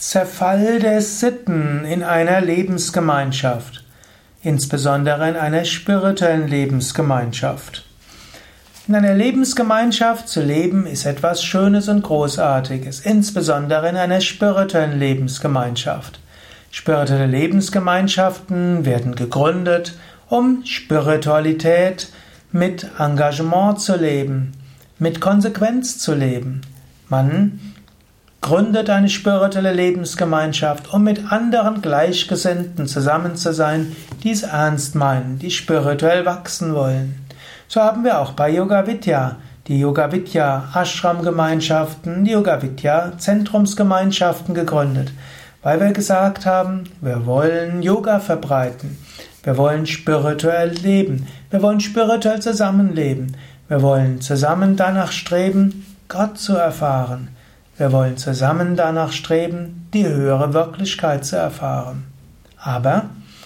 Zerfall der Sitten in einer Lebensgemeinschaft, insbesondere in einer spirituellen Lebensgemeinschaft. In einer Lebensgemeinschaft zu leben ist etwas Schönes und Großartiges, insbesondere in einer spirituellen Lebensgemeinschaft. Spirituelle Lebensgemeinschaften werden gegründet, um Spiritualität mit Engagement zu leben, mit Konsequenz zu leben. Man gründet eine spirituelle Lebensgemeinschaft, um mit anderen Gleichgesinnten zusammen zu sein, die es ernst meinen, die spirituell wachsen wollen. So haben wir auch bei Yoga Vidya die Yoga Vidya Ashram-Gemeinschaften, die Yoga Vidya Zentrumsgemeinschaften gegründet, weil wir gesagt haben, wir wollen Yoga verbreiten, wir wollen spirituell leben, wir wollen spirituell zusammenleben, wir wollen zusammen danach streben, Gott zu erfahren. Wir wollen zusammen danach streben, die höhere Wirklichkeit zu erfahren. Aber,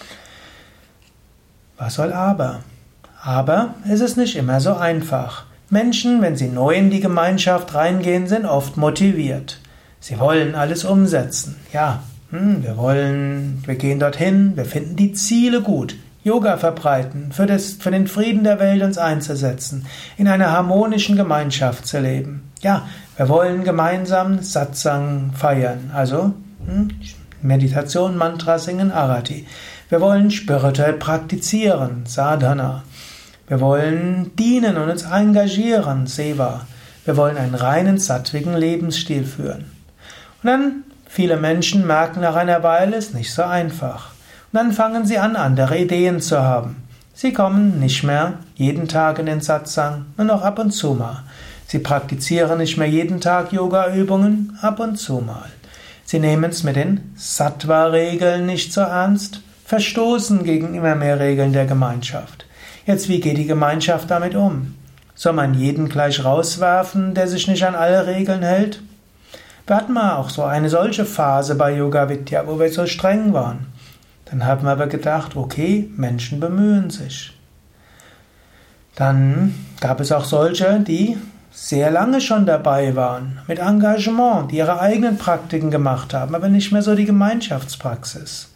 was soll aber? Aber es ist nicht immer so einfach. Menschen, wenn sie neu in die Gemeinschaft reingehen, sind oft motiviert. Sie wollen alles umsetzen. Ja, wir gehen dorthin, wir finden die Ziele gut. Yoga verbreiten, für den Frieden der Welt uns einzusetzen, in einer harmonischen Gemeinschaft zu leben. Ja, wir wollen gemeinsam Satsang feiern, also Meditation, Mantra singen, Arati. Wir wollen spirituell praktizieren, Sadhana. Wir wollen dienen und uns engagieren, Seva. Wir wollen einen reinen, sattwigen Lebensstil führen. Und dann, viele Menschen merken nach einer Weile, es ist nicht so einfach. Und dann fangen sie an, andere Ideen zu haben. Sie kommen nicht mehr jeden Tag in den Satsang, nur noch ab und zu mal. Sie praktizieren nicht mehr jeden Tag Yoga-Übungen, ab und zu mal. Sie nehmen es mit den Sattva-Regeln nicht so ernst, verstoßen gegen immer mehr Regeln der Gemeinschaft. Jetzt, wie geht die Gemeinschaft damit um? Soll man jeden gleich rauswerfen, der sich nicht an alle Regeln hält? Wir hatten mal auch so eine solche Phase bei Yoga Vidya, wo wir so streng waren. Dann haben wir aber gedacht, okay, Menschen bemühen sich. Dann gab es auch solche, die sehr lange schon dabei waren, mit Engagement, die ihre eigenen Praktiken gemacht haben, aber nicht mehr so die Gemeinschaftspraxis.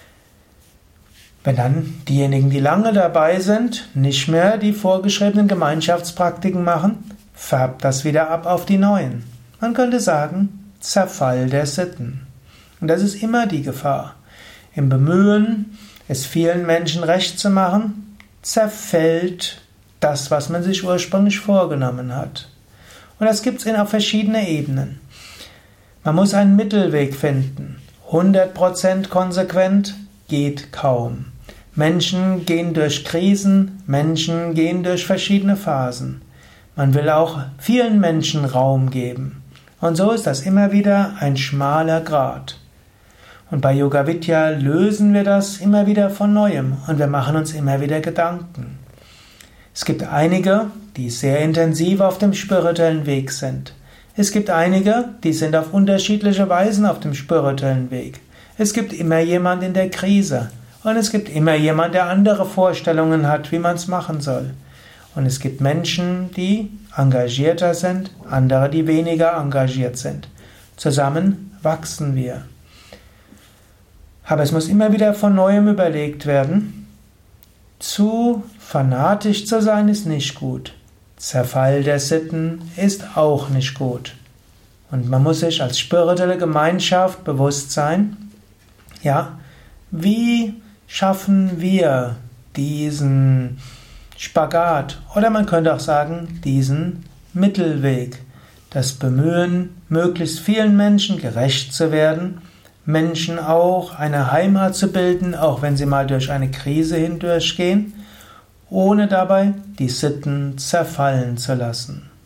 Wenn dann diejenigen, die lange dabei sind, nicht mehr die vorgeschriebenen Gemeinschaftspraktiken machen, färbt das wieder ab auf die Neuen. Man könnte sagen, Zerfall der Sitten. Und das ist immer die Gefahr. Im Bemühen, es vielen Menschen recht zu machen, zerfällt das, was man sich ursprünglich vorgenommen hat. Und das gibt es auf verschiedene Ebenen. Man muss einen Mittelweg finden. 100% konsequent geht kaum. Menschen gehen durch Krisen, Menschen gehen durch verschiedene Phasen. Man will auch vielen Menschen Raum geben. Und so ist das immer wieder ein schmaler Grat. Und bei Yoga Vidya lösen wir das immer wieder von Neuem und wir machen uns immer wieder Gedanken. Es gibt einige, die sehr intensiv auf dem spirituellen Weg sind. Es gibt einige, die sind auf unterschiedliche Weisen auf dem spirituellen Weg. Es gibt immer jemand in der Krise und es gibt immer jemand, der andere Vorstellungen hat, wie man es machen soll. Und es gibt Menschen, die engagierter sind, andere, die weniger engagiert sind. Zusammen wachsen wir. Aber es muss immer wieder von Neuem überlegt werden. Zu fanatisch zu sein ist nicht gut. Zerfall der Sitten ist auch nicht gut. Und man muss sich als spirituelle Gemeinschaft bewusst sein, ja, wie schaffen wir diesen Spagat oder man könnte auch sagen, diesen Mittelweg, das Bemühen, möglichst vielen Menschen gerecht zu werden, Menschen auch eine Heimat zu bilden, auch wenn sie mal durch eine Krise hindurchgehen, ohne dabei die Sitten zerfallen zu lassen.